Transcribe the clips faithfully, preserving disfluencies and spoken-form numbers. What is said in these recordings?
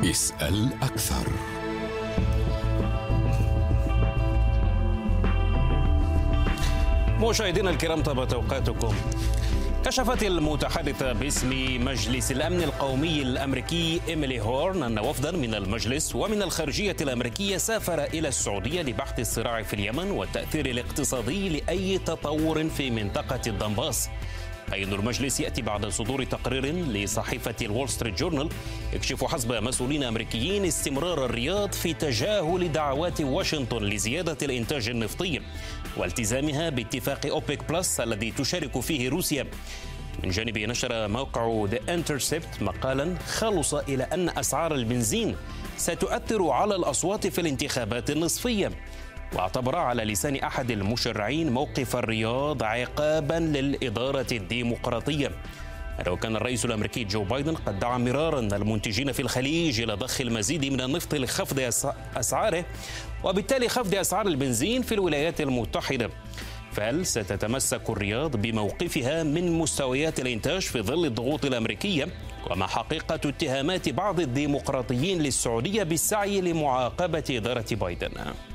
اسأل أكثر. مشاهدينا الكرام، طابت أوقاتكم. كشفت المتحدثة باسم مجلس الأمن القومي الأمريكي إيميلي هورن أن وفدا من المجلس ومن الخارجية الأمريكية سافر إلى السعودية لبحث الصراع في اليمن والتأثير الاقتصادي لأي تطور في منطقة الدنباس. أي أن المجلس يأتي بعد صدور تقرير لصحيفة الول ستريت جورنال يكشف حسب مسؤولين أمريكيين استمرار الرياض في تجاهل دعوات واشنطن لزيادة الإنتاج النفطي والتزامها باتفاق أوبيك بلس الذي تشارك فيه روسيا. من جانبه نشر موقع ذا انترسبت مقالا خلص إلى أن أسعار البنزين ستؤثر على الأصوات في الانتخابات النصفية، واعتبر على لسان أحد المشرعين موقف الرياض عقابا للإدارة الديمقراطية. لو كان الرئيس الأمريكي جو بايدن قد دعا مرارا المنتجين في الخليج إلى ضخ المزيد من النفط لخفض أسعاره وبالتالي خفض أسعار البنزين في الولايات المتحدة، فهل ستتمسك الرياض بموقفها من مستويات الإنتاج في ظل الضغوط الأمريكية؟ وما حقيقة اتهامات بعض الديمقراطيين للسعودية بالسعي لمعاقبة إدارة بايدن؟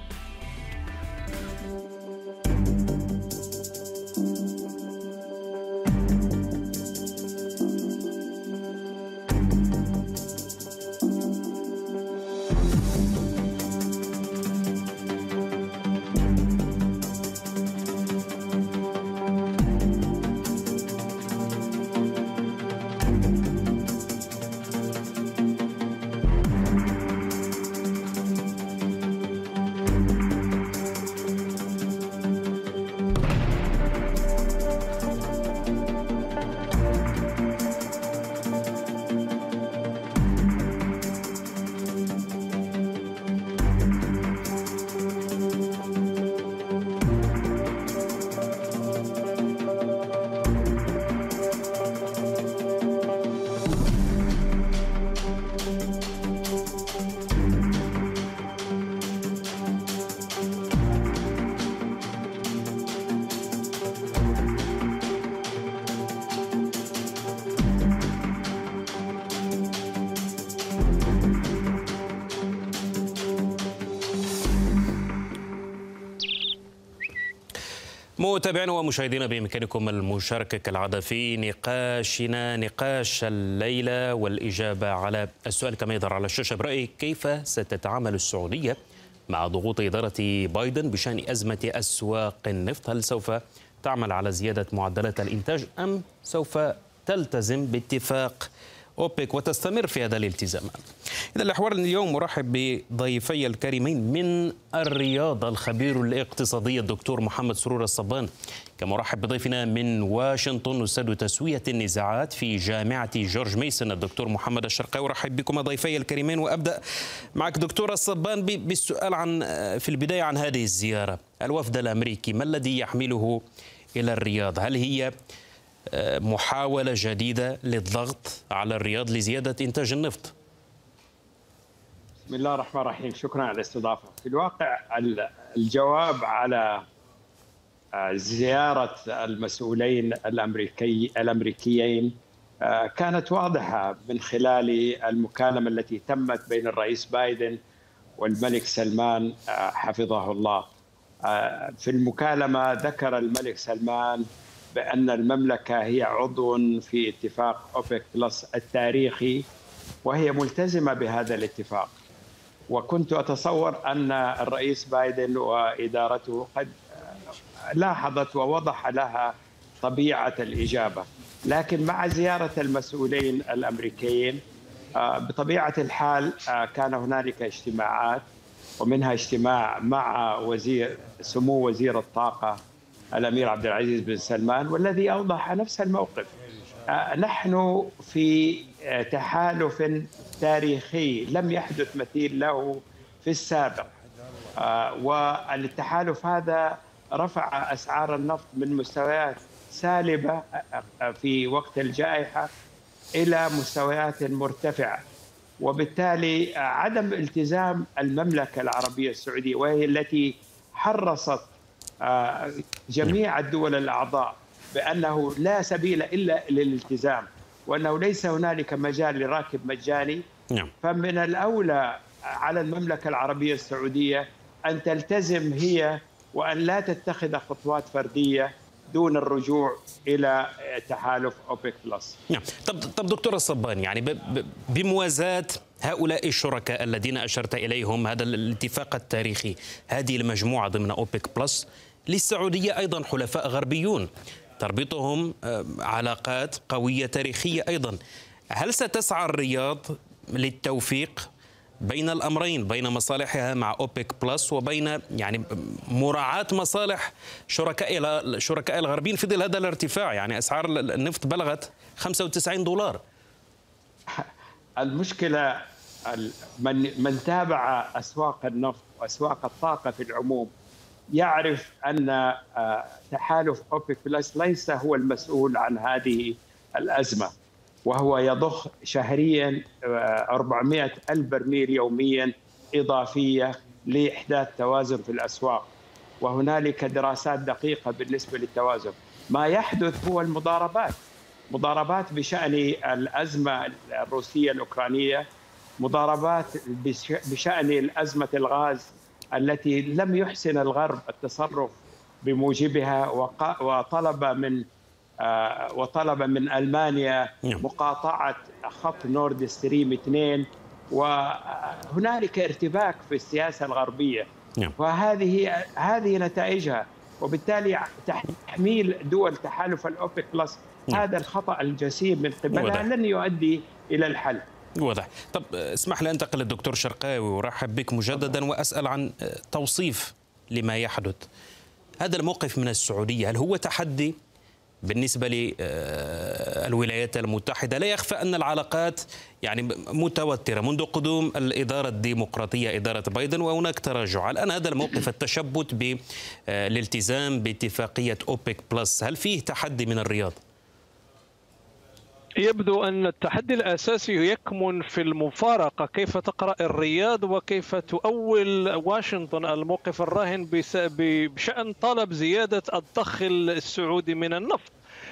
متابعينا ومشاهدينا، بإمكانكم المشاركة كالعادة في نقاشنا نقاش الليلة والإجابة على السؤال كما يظهر على الشاشة. برأيك كيف ستتعامل السعودية مع ضغوط إدارة بايدن بشأن أزمة أسواق النفط؟ هل سوف تعمل على زيادة معدلات الإنتاج أم سوف تلتزم باتفاق أوبك وتستمر في هذا الالتزام؟ إذا الحوار اليوم أرحب بضيفي الكريمين من الرياض الخبير الاقتصادي الدكتور محمد سرور الصبان، كما أرحب بضيفنا من واشنطن أستاذ تسوية النزاعات في جامعة جورج ميسون الدكتور محمد الشرقاوي. أرحب بكم ضيفي الكريمين، وأبدأ معك دكتور الصبان بالسؤال عن في البداية عن هذه الزيارة. الوفد الأمريكي ما الذي يحمله إلى الرياض؟ هل هي محاولة جديدة للضغط على الرياض لزيادة إنتاج النفط؟ بسم الله الرحمن الرحيم، شكرا على الاستضافة. في الواقع الجواب على زيارة المسؤولين الأمريكي الأمريكيين كانت واضحة من خلال المكالمة التي تمت بين الرئيس بايدن والملك سلمان حفظه الله. في المكالمة ذكر الملك سلمان بأن المملكة هي عضو في اتفاق أوبك بلس التاريخي وهي ملتزمة بهذا الاتفاق، وكنت أتصور أن الرئيس بايدن وإدارته قد لاحظت ووضح لها طبيعة الإجابة. لكن مع زيارة المسؤولين الأمريكيين بطبيعة الحال كان هنالك اجتماعات، ومنها اجتماع مع وزير سمو وزير الطاقة الأمير عبد العزيز بن سلمان، والذي أوضح نفس الموقف. نحن في تحالف تاريخي لم يحدث مثيل له في السابق، والتحالف هذا رفع أسعار النفط من مستويات سالبة في وقت الجائحة إلى مستويات مرتفعة، وبالتالي عدم التزام المملكة العربية السعودية، وهي التي حرصت جميع الدول الأعضاء بأنه لا سبيل إلا للالتزام، وأنه ليس هنالك مجال لراكب مجاني، نعم. فمن الأولى على المملكة العربية السعودية أن تلتزم هي وأن لا تتخذ خطوات فردية دون الرجوع إلى تحالف أوبك بلس. نعم. طب طب دكتور الصباني، يعني بموازاة هؤلاء الشركاء الذين أشرت إليهم، هذا الاتفاق التاريخي، هذه المجموعة ضمن أوبك بلس، للسعودية أيضا حلفاء غربيون تربطهم علاقات قوية تاريخية أيضا. هل ستسعى الرياض للتوفيق بين الأمرين، بين مصالحها مع أوبك بلس وبين يعني مراعاة مصالح شركاء شركاء الغربيين في ظل هذا الارتفاع؟ يعني أسعار النفط بلغت خمسة وتسعين دولار. المشكلة من من تابع أسواق النفط وأسواق الطاقة في العموم يعرف أن تحالف أوبك بلس ليس هو المسؤول عن هذه الأزمة، وهو يضخ شهريا أربعمائة ألف برميل يوميا إضافية لإحداث توازن في الأسواق، وهنالك دراسات دقيقة بالنسبة للتوازن. ما يحدث هو المضاربات، مضاربات بشأن الأزمة الروسية الأوكرانية، مضاربات بشأن أزمة الغاز التي لم يحسن الغرب التصرف بموجبها، وطلب من وطلب من ألمانيا مقاطعة خط نورد ستريم اثنين، وهنالك ارتباك في السياسة الغربية، وهذه هذه نتائجها. وبالتالي تحميل دول تحالف الأوبك بلس هذا الخطأ الجسيم من قبلها لن يؤدي إلى الحل. واضح. طب اسمح لي أنتقل للدكتور شرقاوي وأرحب بك مجددا وأسأل عن توصيف لما يحدث. هذا الموقف من السعودية هل هو تحدي بالنسبة للولايات المتحدة؟ لا يخفى أن العلاقات يعني متوترة منذ قدوم الإدارة الديمقراطية، إدارة بايدن، وهناك تراجع. الآن هذا الموقف، التشبت بالالتزام باتفاقية أوبك بلس، هل فيه تحدي من الرياض؟ يبدو أن التحدي الأساسي يكمن في المفارقة، كيف تقرأ الرياض وكيف تؤول واشنطن الموقف الراهن بشأن طلب زيادة الضخ السعودي من النفط.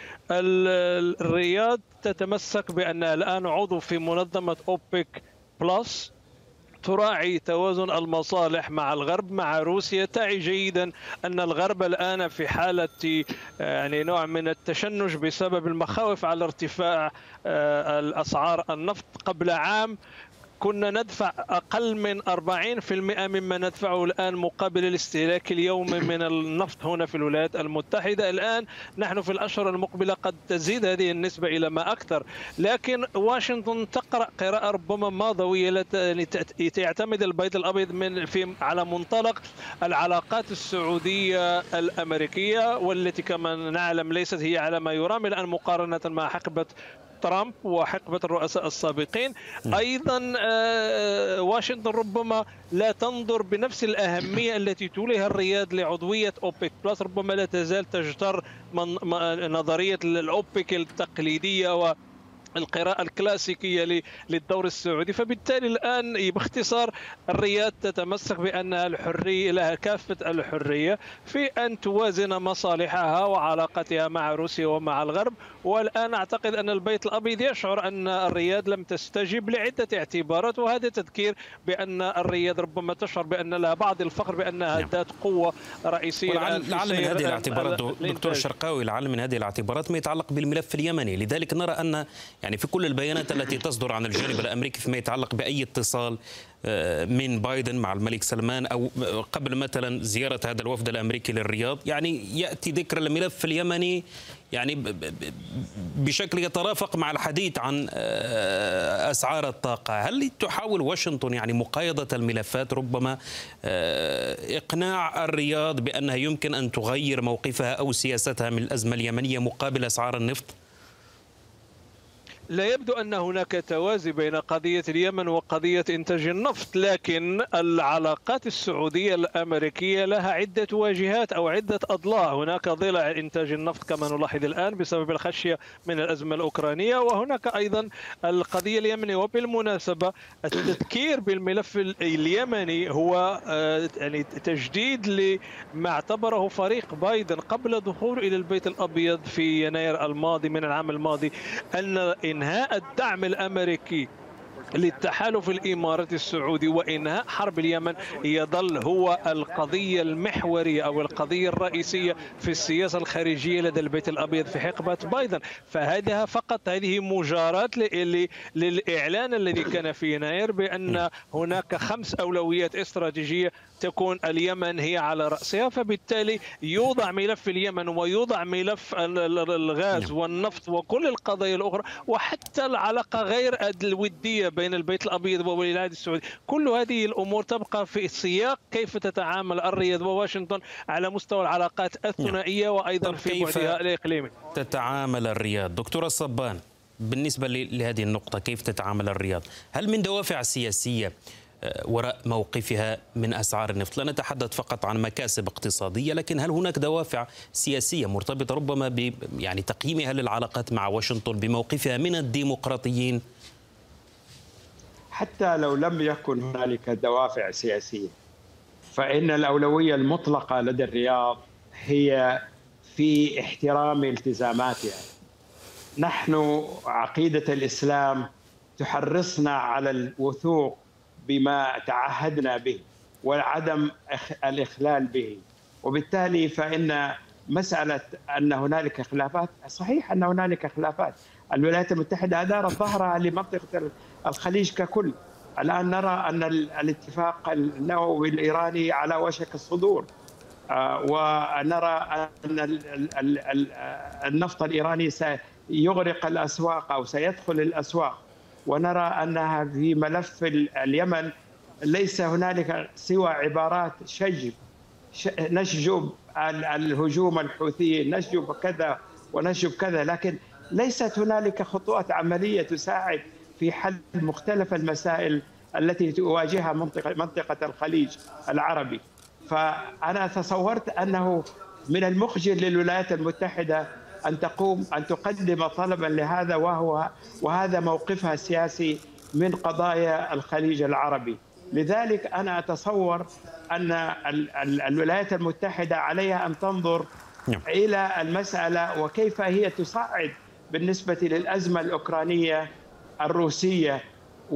الرياض تتمسك بأنها الآن عضو في منظمة أوبك بلس، تراعي توازن المصالح مع الغرب مع روسيا، تعي جيدا أن الغرب الآن في حالة يعني نوع من التشنج بسبب المخاوف على ارتفاع الأسعار النفط. قبل عام كنا ندفع أقل من أربعين بالمئة مما ندفعه الآن مقابل الاستهلاك اليومي من النفط هنا في الولايات المتحدة. الآن نحن في الأشهر المقبلة قد تزيد هذه النسبة إلى ما أكثر، لكن واشنطن تقرأ قراءة ربما ماضوية. يعتمد البيت الأبيض من في على منطلق العلاقات السعودية الأمريكية، والتي كما نعلم ليست هي على ما يرام الآن مقارنة مع حقبة ترامب وحقبة الرؤساء السابقين. أيضا واشنطن ربما لا تنظر بنفس الأهمية التي توليها الرياض لعضوية أوبك بلس، ربما لا تزال تجتر من نظرية الأوبك التقليدية و القراءة الكلاسيكية للدور السعودي. فبالتالي الآن باختصار الرياض تتمسك بأنها الحرية، لها كافة الحرية في أن توازن مصالحها وعلاقتها مع روسيا ومع الغرب. والآن أعتقد أن البيت الأبيض يشعر أن الرياض لم تستجب لعدة اعتبارات، وهذا تذكير بأن الرياض ربما تشعر بأن لها بعض الفخر بأنها ذات قوة رئيسية. لعل من هذه الاعتبارات دكتور شرقاوي، لعل من هذه الاعتبارات ما يتعلق بالملف اليمني. لذلك نرى أن يعني في كل البيانات التي تصدر عن الجانب الأمريكي فيما يتعلق بأي اتصال من بايدن مع الملك سلمان أو قبل مثلا زيارة هذا الوفد الأمريكي للرياض، يعني يأتي ذكر الملف اليمني يعني بشكل يترافق مع الحديث عن أسعار الطاقة. هل تحاول واشنطن يعني مقايضة الملفات، ربما إقناع الرياض بأنها يمكن أن تغير موقفها أو سياستها من الأزمة اليمنية مقابل أسعار النفط؟ لا يبدو أن هناك توازي بين قضية اليمن وقضية إنتاج النفط، لكن العلاقات السعودية الأمريكية لها عدة واجهات أو عدة أضلاع. هناك ضلع إنتاج النفط كما نلاحظ الآن بسبب الخشية من الأزمة الأوكرانية، وهناك أيضا القضية اليمنية. وبالمناسبة التذكير بالملف اليمني هو يعني تجديد لما اعتبره فريق بايدن قبل دخول إلى البيت الأبيض في يناير الماضي من العام الماضي، أن إنهاء الدعم الأمريكي للتحالف الإماراتي السعودي وإنهاء حرب اليمن يظل هو القضية المحورية أو القضية الرئيسية في السياسة الخارجية لدى البيت الأبيض في حقبة بايدن. فهذا فقط هذه مجاراة للإعلان الذي كان في يناير بأن هناك خمس أولويات استراتيجية تكون اليمن هي على رأسها، فبالتالي يوضع ملف اليمن ويوضع ملف الغاز والنفط وكل القضايا الأخرى، وحتى العلاقة غير الودية بين البيت الأبيض وولي العهد السعودي. كل هذه الأمور تبقى في سياق كيف تتعامل الرياض وواشنطن على مستوى العلاقات الثنائية وأيضا في بعدها الإقليمي. تتعامل الرياض دكتور الصبان بالنسبة لهذه النقطة، كيف تتعامل الرياض؟ هل من دوافع سياسية وراء موقفها من أسعار النفط؟ لا نتحدث فقط عن مكاسب اقتصادية، لكن هل هناك دوافع سياسية مرتبطة ربما ب يعني تقييمها للعلاقات مع واشنطن بموقفها من الديمقراطيين؟ حتى لو لم يكن هنالك دوافع سياسية، فإن الأولوية المطلقة لدى الرياض هي في احترام التزاماتها. نحن عقيدة الإسلام تحرصنا على الوثوق بما تعهدنا به وعدم الإخلال به، وبالتالي فإن مسألة أن هنالك خلافات، صحيح أن هنالك خلافات. الولايات المتحدة أدارت ظهرها لمنطقة الخليج ككل. الآن نرى أن الاتفاق النووي الإيراني على وشك الصدور، ونرى أن النفط الإيراني سيغرق الأسواق أو سيدخل الأسواق، ونرى أنها في ملف اليمن ليس هنالك سوى عبارات شجب نشجب الهجوم الحوثي، نشجب كذا ونشجب كذا، لكن ليست هنالك خطوات عملية تساعد في حل مختلف المسائل التي تواجهها منطقة منطقة الخليج العربي. فأنا تصورت أنه من المخجل للولايات المتحدة أن تقوم أن تقدم طلبا لهذا، وهو وهذا موقفها السياسي من قضايا الخليج العربي. لذلك أنا أتصور أن الولايات المتحدة عليها أن تنظر إلى المسألة وكيف هي تصعد بالنسبة للأزمة الأوكرانية الروسية،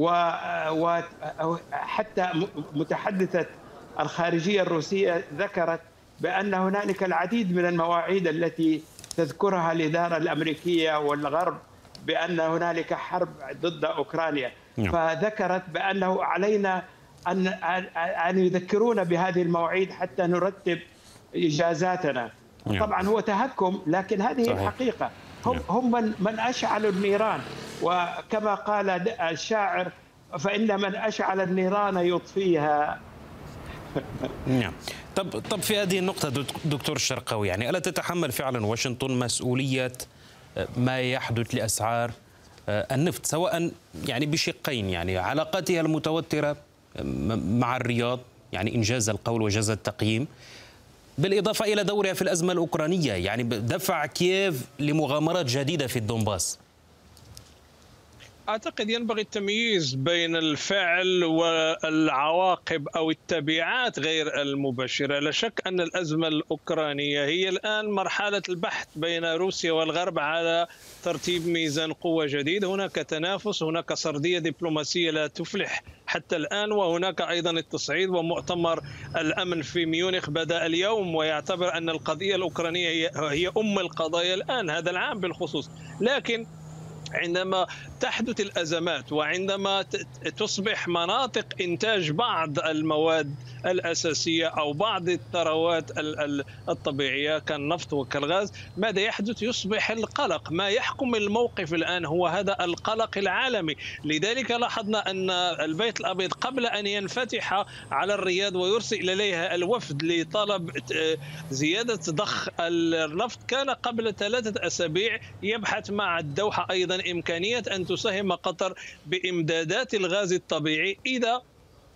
وحتى متحدثة الخارجية الروسية ذكرت بأن هنالك العديد من المواعيد التي تذكرها الإدارة الأمريكية والغرب بأن هنالك حرب ضد أوكرانيا، فذكرت بأنه علينا أن أن يذكرونا بهذه المواعيد حتى نرتب إجازاتنا. طبعا هو تهكم، لكن هذه صحيح. الحقيقة هم هم من من أشعلوا النيران، وكما قال الشاعر فإن من أشعل النيران يطفيها. نعم. طب طب في هذه النقطة دكتور الشرقاوي، يعني ألا تتحمل فعلا واشنطن مسؤولية ما يحدث لأسعار النفط، سواء يعني بشقين، يعني علاقاتها المتوترة مع الرياض، يعني إنجاز القول وجاز التقييم، بالإضافة إلى دورها في الأزمة الأوكرانية، يعني دفع كييف لمغامرات جديدة في الدونباس؟ أعتقد ينبغي التمييز بين الفعل والعواقب أو التبعات غير المباشرة. لا شك أن الأزمة الأوكرانية هي الآن مرحلة البحث بين روسيا والغرب على ترتيب ميزان قوة جديد. هناك تنافس، هناك سردية دبلوماسية لا تفلح حتى الآن، وهناك أيضا التصعيد، ومؤتمر الأمن في ميونخ بدأ اليوم ويعتبر أن القضية الأوكرانية هي أم القضايا الآن هذا العام بالخصوص. لكن عندما تحدث الأزمات وعندما تصبح مناطق إنتاج بعض المواد الأساسية أو بعض الثروات الطبيعية كالنفط وكالغاز، ماذا يحدث؟ يصبح القلق. ما يحكم الموقف الآن هو هذا القلق العالمي. لذلك لاحظنا أن البيت الأبيض قبل أن ينفتح على الرياض ويرسل إليها الوفد لطلب زيادة ضخ النفط، كان قبل ثلاثة أسابيع يبحث مع الدوحة أيضا إمكانية أن تساهم قطر بإمدادات الغاز الطبيعي إذا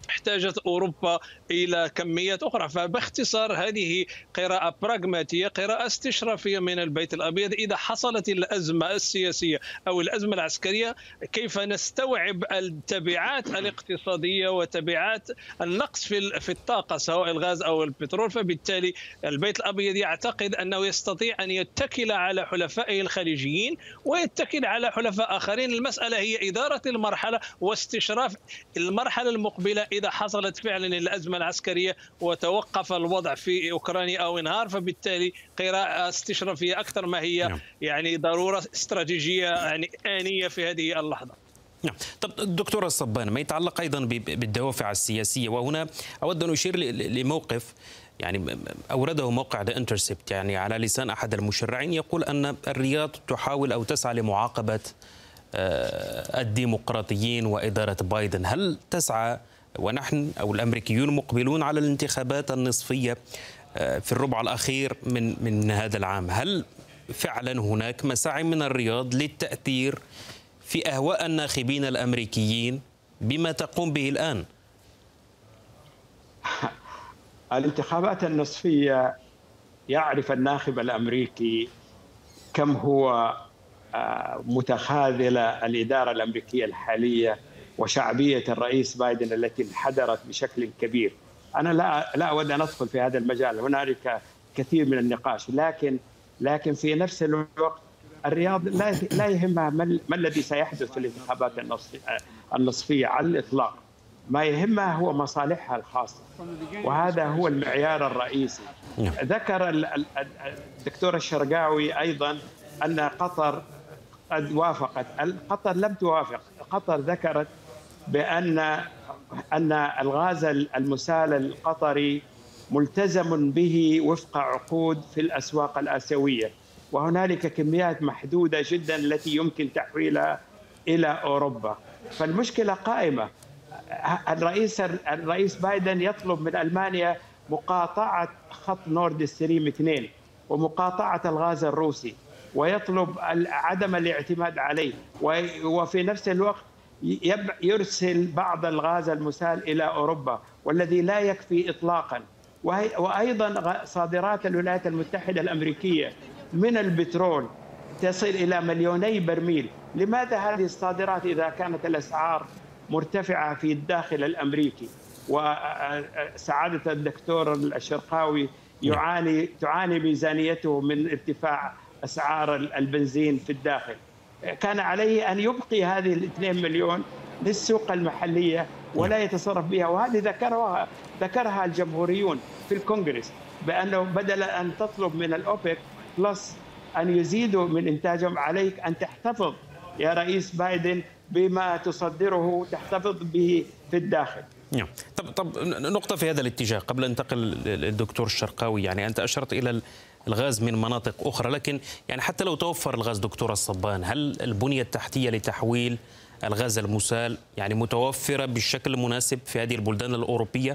احتاجت أوروبا إلى كميات أخرى. فباختصار هذه قراءة براغماتية، قراءة استشرافية من البيت الأبيض. إذا حصلت الأزمة السياسية أو الأزمة العسكرية كيف نستوعب التبعات الاقتصادية وتبعات النقص في في الطاقة سواء الغاز أو البترول. فبالتالي البيت الأبيض يعتقد أنه يستطيع أن يتكل على حلفائه الخليجيين ويتكل على حلفاء آخرين. المسألة هي إدارة المرحلة واستشراف المرحلة المقبلة إذا حصلت فعلا الأزمة العسكرية وتوقف الوضع في أوكرانيا أو انهار. فبالتالي قراءة استشرافية أكثر ما هي يعني ضرورة استراتيجية يعني آنية في هذه اللحظة. نعم. طب دكتور الصبان، ما يتعلق أيضا بالدوافع السياسية، وهنا أود أن أشير لموقف يعني أورده موقع ذا انترسبت يعني على لسان أحد المشرعين، يقول أن الرياض تحاول أو تسعى لمعاقبة الديمقراطيين وإدارة بايدن. هل تسعى ونحن أو الأمريكيون مقبلون على الانتخابات النصفية في الربع الأخير من من هذا العام، هل فعلا هناك مساعي من الرياض للتأثير في أهواء الناخبين الأمريكيين بما تقوم به الآن؟ الانتخابات النصفية يعرف الناخب الأمريكي كم هو متخاذلة الإدارة الأمريكية الحالية وشعبية الرئيس بايدن التي انحدرت بشكل كبير. أنا لا لا أود أن أدخل في هذا المجال، هنالك كثير من النقاش، لكن لكن في نفس الوقت الرياض لا لا يهمها ما الذي سيحدث في الانتخابات النصفية على الإطلاق. ما يهمها هو مصالحها الخاصة، وهذا هو المعيار الرئيسي. ذكر الدكتور الشرقاوي أيضا أن قطر قد وافقت. قطر لم توافق. قطر ذكرت بأن أن الغاز المسال القطري ملتزم به وفق عقود في الأسواق الآسيوية، وهنالك كميات محدودة جدا التي يمكن تحويلها إلى أوروبا. فالمشكلة قائمة. الرئيس الرئيس بايدن يطلب من ألمانيا مقاطعة خط نورد ستريم اثنين ومقاطعة الغاز الروسي، ويطلب عدم الاعتماد عليه، وفي نفس الوقت يرسل بعض الغاز المسال إلى أوروبا والذي لا يكفي إطلاقا. وأيضا صادرات الولايات المتحدة الأمريكية من البترول تصل إلى مليوني برميل. لماذا هذه الصادرات إذا كانت الأسعار مرتفعة في الداخل الأمريكي؟ وسعادة الدكتور الشرقاوي يعاني تعاني ميزانيته من ارتفاع أسعار البنزين في الداخل. كان عليه أن يبقي هذه الاثنين مليون للسوق المحلية ولا يتصرف بها، وهذه ذكرها ذكرها الجمهوريون في الكونغرس، بأنه بدل أن تطلب من الأوبك بلس أن يزيدوا من إنتاجهم، عليك أن تحتفظ يا رئيس بايدن بما تصدره، تحتفظ به في الداخل. طب طب نقطة في هذا الاتجاه قبل أن انتقل للدكتور الشرقاوي. يعني أنت أشرت إلى الغاز من مناطق أخرى، لكن يعني حتى لو توفر الغاز دكتور الصبان، هل البنية التحتية لتحويل الغاز المسال يعني متوفرة بالشكل المناسب في هذه البلدان الأوروبية؟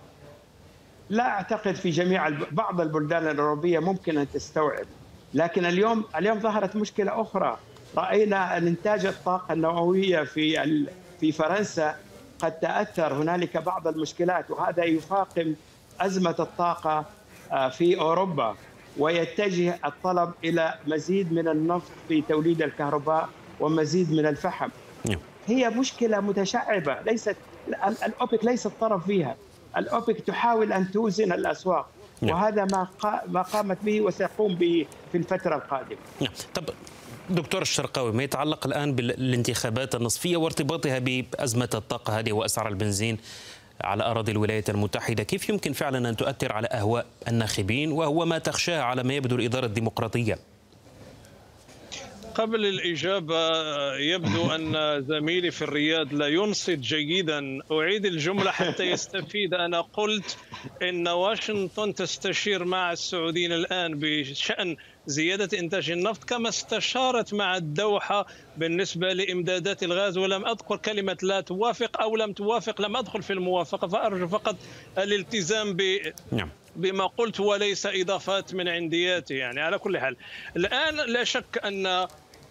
لا أعتقد. في جميع بعض البلدان الأوروبية ممكن أن تستوعب، لكن اليوم اليوم ظهرت مشكلة أخرى. رأينا أن إنتاج الطاقة النووية في في فرنسا قد تأثر، هنالك بعض المشكلات، وهذا يفاقم أزمة الطاقة في أوروبا، ويتجه الطلب إلى مزيد من النفط في توليد الكهرباء ومزيد من الفحم. هي مشكلة متشعبة، ليست الأوبك ليس الطرف فيها. الأوبك تحاول أن توزن الأسواق، وهذا ما ما قامت به وسيقوم به في الفترة القادمة. طب دكتور الشرقاوي، ما يتعلق الآن بالانتخابات النصفية وارتباطها بأزمة الطاقة هذه وأسعار البنزين على أراضي الولايات المتحدة، كيف يمكن فعلا أن تؤثر على أهواء الناخبين وهو ما تخشاه على ما يبدو الإدارة الديمقراطية؟ قبل الإجابة يبدو أن زميلي في الرياض لا ينصت جيدا. أعيد الجملة حتى يستفيد. أنا قلت إن واشنطن تستشير مع السعوديين الآن بشأن زيادة إنتاج النفط كما استشارت مع الدوحة بالنسبة لإمدادات الغاز، ولم أذكر كلمة لا توافق أو لم توافق، لم أدخل في الموافقة، فأرجو فقط الالتزام ب بما قلت وليس إضافات من عندياتي. يعني على كل حال الآن لا شك أن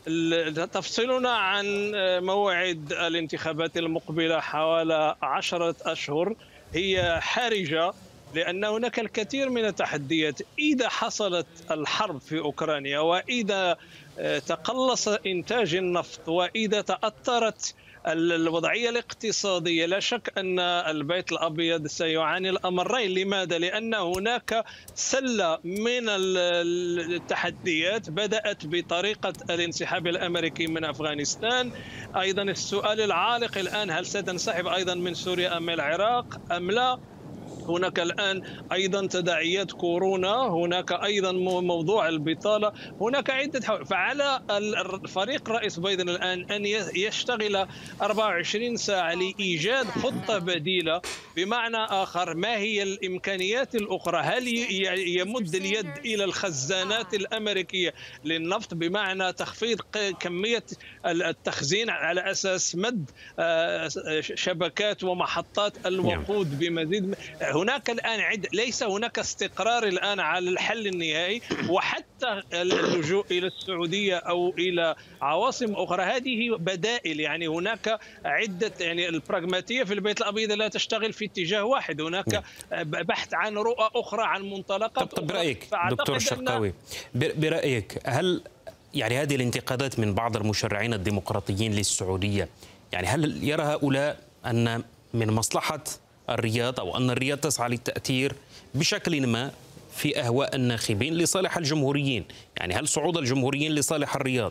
تفصلنا عن موعد الانتخابات المقبلة حوالي عشرة أشهر هي حرجة، لأن هناك الكثير من التحديات. إذا حصلت الحرب في أوكرانيا، وإذا تقلص إنتاج النفط، وإذا تأثرت الوضعية الاقتصادية، لا شك أن البيت الأبيض سيعاني الأمرين. لماذا؟ لأن هناك سلة من التحديات بدأت بطريقة الانسحاب الأمريكي من أفغانستان. أيضا السؤال العالق الآن، هل ستنسحب أيضا من سوريا أم العراق أم لا؟ هناك الآن أيضا تداعيات كورونا، هناك أيضا موضوع البطالة، هناك عدة حوار. فعلى الفريق رئيس بايدن الآن أن يشتغل أربعة وعشرين ساعة لإيجاد خطة بديلة. بمعنى آخر، ما هي الإمكانيات الأخرى؟ هل يمد اليد إلى الخزانات الأمريكية للنفط بمعنى تخفيض كمية التخزين على أساس مد شبكات ومحطات الوقود بمزيد؟ هناك الآن عد ليس هناك استقرار الآن على الحل النهائي، وحتى اللجوء إلى السعودية أو إلى عواصم أخرى هذه بدائل. يعني هناك عدة، يعني البراغماتية في البيت الأبيض لا تشتغل في اتجاه واحد، هناك بحث عن رؤى أخرى، عن منطلقات طب, طب برأيك دكتور الشرقاوي، برأيك هل يعني هذه الانتقادات من بعض المشرعين الديمقراطيين للسعودية، يعني هل يرى هؤلاء أن من مصلحة الرياض أو أن الرياض تسعى للتأثير بشكل ما في أهواء الناخبين لصالح الجمهوريين؟ يعني هل صعود الجمهوريين لصالح الرياض؟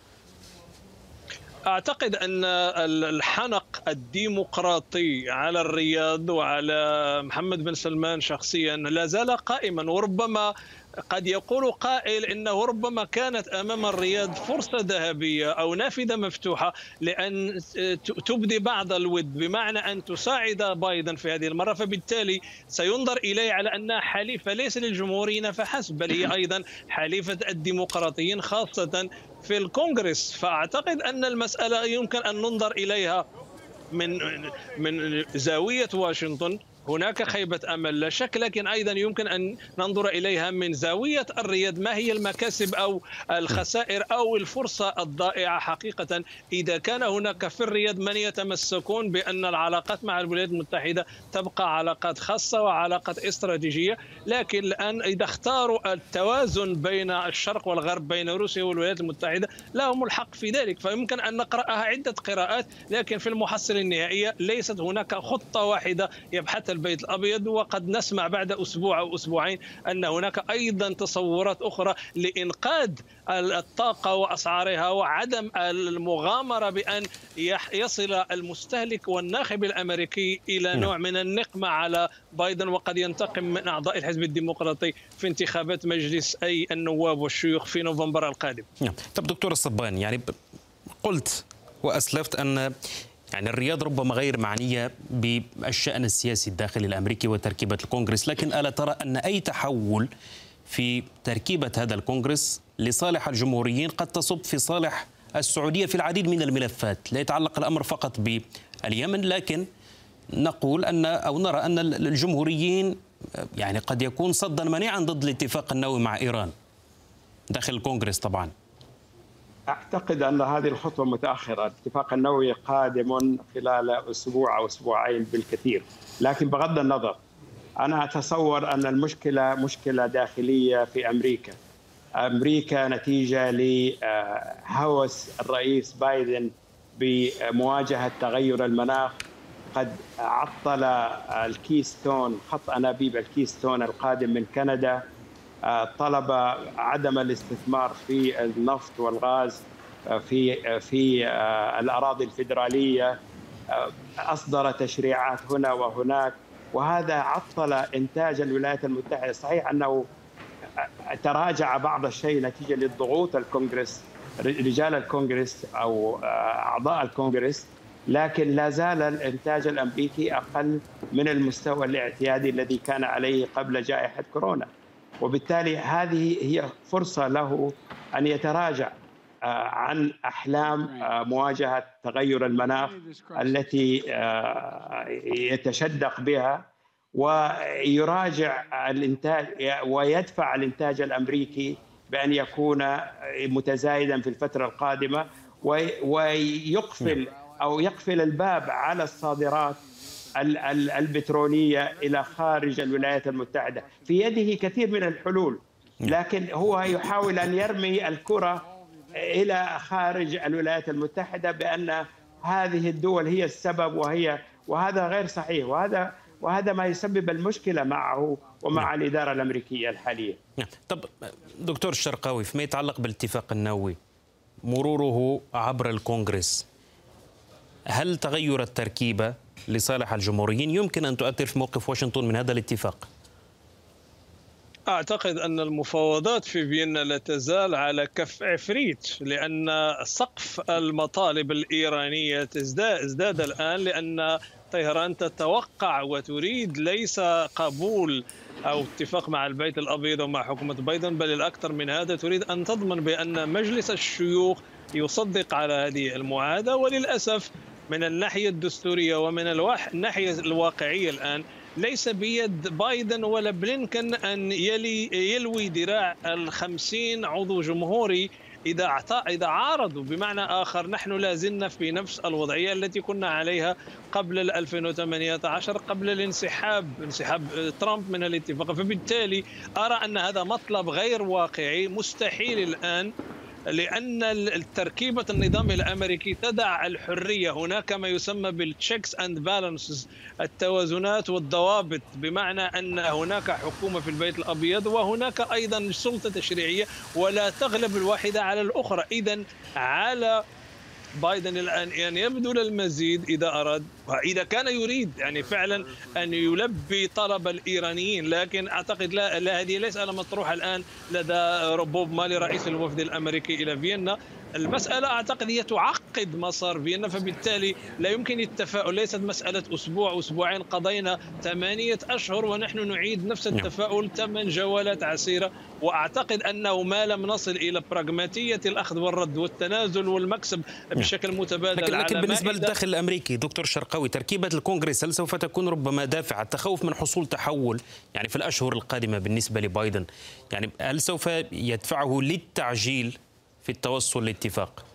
أعتقد أن الحنق الديمقراطي على الرياض وعلى محمد بن سلمان شخصيا لا زال قائما، وربما قد يقول قائل إنه ربما كانت أمام الرياض فرصة ذهبية أو نافذة مفتوحة لأن تبدي بعض الود، بمعنى أن تساعد بايدن في هذه المرة. فبالتالي سينظر إليه على أنها حليفة ليس للجمهوريين فحسب، بل هي أيضا حليفة الديمقراطيين خاصة في الكونغرس. فأعتقد أن المسألة يمكن أن ننظر إليها من من زاوية واشنطن. هناك خيبة أمل لا شك، لكن أيضا يمكن أن ننظر إليها من زاوية الرياض. ما هي المكاسب أو الخسائر أو الفرصة الضائعة حقيقة إذا كان هناك في الرياض من يتمسكون بأن العلاقات مع الولايات المتحدة تبقى علاقات خاصة وعلاقات استراتيجية، لكن الآن إذا اختاروا التوازن بين الشرق والغرب، بين روسيا والولايات المتحدة، لهم الحق في ذلك. فيمكن أن نقرأها عدة قراءات، لكن في المحصلة النهائية ليست هناك خطة واحدة يبحث البيت الأبيض. وقد نسمع بعد أسبوع أو أسبوعين أن هناك أيضا تصورات أخرى لإنقاذ الطاقة وأسعارها وعدم المغامرة بأن يصل المستهلك والناخب الأمريكي إلى نوع من النقمة على بايدن، وقد ينتقم من أعضاء الحزب الديمقراطي في انتخابات مجلس أي النواب والشيوخ في نوفمبر القادم. طب دكتور الصبان، يعني قلت وأسلفت أن يعني الرياض ربما غير معنية بالشأن السياسي الداخلي الأمريكي وتركيبة الكونغرس، لكن ألا ترى أن أي تحول في تركيبة هذا الكونغرس لصالح الجمهوريين قد تصب في صالح السعودية في العديد من الملفات؟ لا يتعلق الأمر فقط باليمن، لكن نقول أن أو نرى أن الجمهوريين يعني قد يكون صدا منيعا ضد الاتفاق النووي مع إيران داخل الكونغرس. طبعا أعتقد أن هذه الخطوة متأخرة. الاتفاق النووي قادم خلال أسبوع أو أسبوعين بالكثير، لكن بغض النظر أنا أتصور أن المشكلة مشكلة داخلية في أمريكا. أمريكا نتيجة لهوس الرئيس بايدن بمواجهة تغير المناخ قد عطل الكيستون، خط أنابيب الكيستون القادم من كندا، طلب عدم الاستثمار في النفط والغاز في في الأراضي الفيدرالية، أصدر تشريعات هنا وهناك، وهذا عطل إنتاج الولايات المتحدة. صحيح أنه تراجع بعض الشيء نتيجة للضغوط الكونغرس، رجال الكونغرس أو أعضاء الكونغرس، لكن لا زال الإنتاج الأمريكي أقل من المستوى الاعتيادي الذي كان عليه قبل جائحة كورونا، وبالتالي هذه هي فرصة له أن يتراجع عن أحلام مواجهة تغير المناخ التي يتشدق بها، ويراجع الإنتاج ويدفع الإنتاج الأمريكي بأن يكون متزايدا في الفترة القادمة، ويقفل أو يقفل الباب على الصادرات البترولية إلى خارج الولايات المتحدة. في يده كثير من الحلول، لكن هو يحاول أن يرمي الكرة إلى خارج الولايات المتحدة بأن هذه الدول هي السبب، وهي وهذا غير صحيح، وهذا وهذا ما يسبب المشكلة معه ومع الإدارة الأمريكية الحالية. طب دكتور الشرقاوي، فيما يتعلق بالاتفاق النووي مروره عبر الكونغرس، هل تغير التركيبة لصالح الجمهوريين يمكن أن تؤثر في موقف واشنطن من هذا الاتفاق؟ أعتقد أن المفاوضات في فيينا لا تزال على كف عفريت، لأن سقف المطالب الإيرانية تزداد ازداد الآن، لأن طهران تتوقع وتريد ليس قبول أو اتفاق مع البيت الأبيض ومع حكومة بايدن، بل الأكثر من هذا تريد أن تضمن بأن مجلس الشيوخ يصدق على هذه المعاهدة. وللأسف من الناحية الدستورية ومن الناحية الواقعية الآن ليس بيد بايدن ولا بلينكن أن يلي يلوي ذراع الخمسين عضو جمهوري إذا إذا عارضوا. بمعنى آخر، نحن لازلنا في نفس الوضعية التي كنا عليها قبل ألفين وثمانية عشر، قبل الانسحاب انسحاب ترامب من الاتفاق. فبالتالي أرى أن هذا مطلب غير واقعي، مستحيل الآن، لأن التركيبة النظام الأمريكي تدع الحرية. هناك ما يسمى بالتشيكس أند بالانسز، التوازنات والضوابط، بمعنى أن هناك حكومة في البيت الأبيض وهناك أيضا سلطة تشريعية، ولا تغلب الواحدة على الأخرى. إذن على بايدن الآن أن يبذل المزيد إذا أراد، إذا كان يريد يعني فعلا أن يلبي طلب الإيرانيين. لكن أعتقد لا, لا هذه ليس مطروحة الآن لدى بوب مالي رئيس الوفد الأمريكي إلى فيينا. المسألة أعتقد هي تعقد مسار فيينا، فبالتالي لا يمكن التفاؤل. ليست مسألة أسبوع أسبوعين، قضينا ثمانية أشهر ونحن نعيد نفس التفاؤل، ثمان جولات عسيرة. وأعتقد أنه ما لم نصل إلى براغماتية الأخذ والرد والتنازل والمكسب بشكل متبادل. لكن, لكن على بالنسبة للداخل الأمريكي دكتور شرقاوي، تركيبة الكونغرس هل سوف تكون ربما دافع التخوف من حصول تحول يعني في الأشهر القادمة بالنسبة لبايدن؟ يعني هل سوف يدفعه للتعجيل في التوصل لاتفاق؟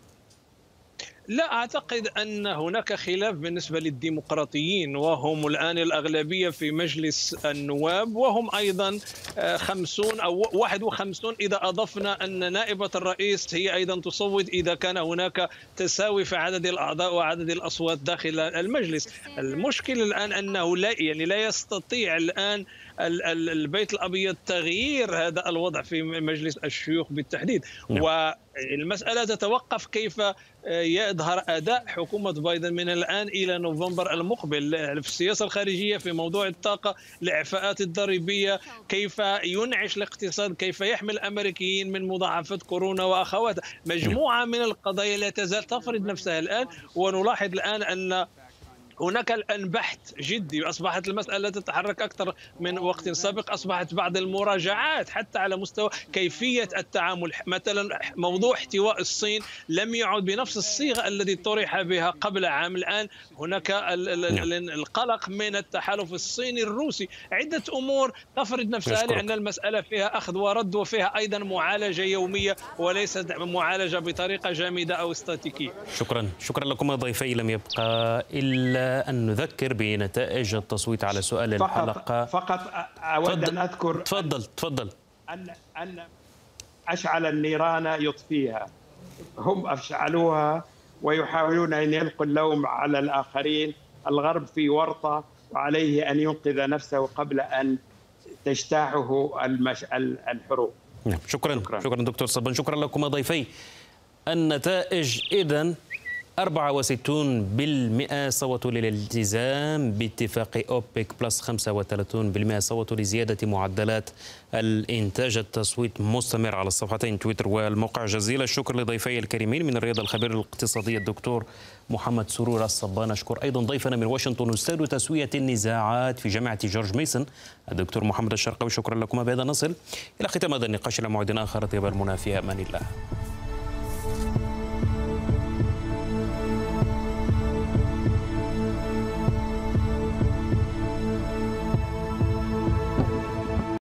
لا أعتقد أن هناك خلاف بالنسبة للديمقراطيين، وهم الآن الأغلبية في مجلس النواب، وهم أيضا خمسون أو واحد وخمسون إذا أضفنا أن نائبة الرئيس هي أيضا تصوت إذا كان هناك تساوي في عدد الأعضاء وعدد الأصوات داخل المجلس. المشكلة الآن أنه لا يعني لا يستطيع الآن البيت الأبيض تغيير هذا الوضع في مجلس الشيوخ بالتحديد. والمسألة تتوقف كيف يظهر أداء حكومة بايدن من الآن إلى نوفمبر المقبل في السياسة الخارجية، في موضوع الطاقة، الإعفاءات الضريبية، كيف ينعش الاقتصاد، كيف يحمي الأمريكيين من مضاعفات كورونا وأخواتها. مجموعة من القضايا لا تزال تفرض نفسها الآن. ونلاحظ الآن أن هناك الآن بحث جدي، أصبحت المسألة تتحرك أكثر من وقت سابق. أصبحت بعض المراجعات حتى على مستوى كيفية التعامل. مثلا موضوع احتواء الصين لم يعد بنفس الصيغة التي طرح بها قبل عام. الآن هناك القلق من التحالف الصيني الروسي. عدة أمور تفرض نفسها، لأن المسألة فيها أخذ ورد، وفيها أيضا معالجة يومية وليست معالجة بطريقة جامدة أو استاتيكية. شكرا شكرا لكم ضيفي. لم يبقى إلا أن نذكر بنتائج التصويت على سؤال الحلقة. فقط أود أن أذكر تفضل تفضل أن أن أشعل النيران يطفيها. هم أشعلوها ويحاولون أن يلقوا اللوم على الآخرين. الغرب في ورطة وعليه أن ينقذ نفسه قبل أن تجتاحه المش... الحروب. شكرا شكرا, شكرا دكتور صبان. شكرا لكم ضيفي. النتائج إذن أربعة وستين بالمئة صوتوا للالتزام باتفاق أوبك بلس، خمسة وثلاثين بالمئة صوتوا لزيادة معدلات الإنتاج. التصويت مستمر على الصفحتين تويتر والموقع. جزيل الشكر لضيفي الكريمين. من الرياض الخبير الاقتصادي الدكتور محمد سرور الصبان. أشكر أيضا ضيفنا من واشنطن أستاذ تسوية النزاعات في جامعة جورج ميسون الدكتور محمد الشرقاوي. شكرا لكم. بهذا نصل إلى ختام هذا النقاش. إلى موعد آخر. طيب المنى في أمان الله.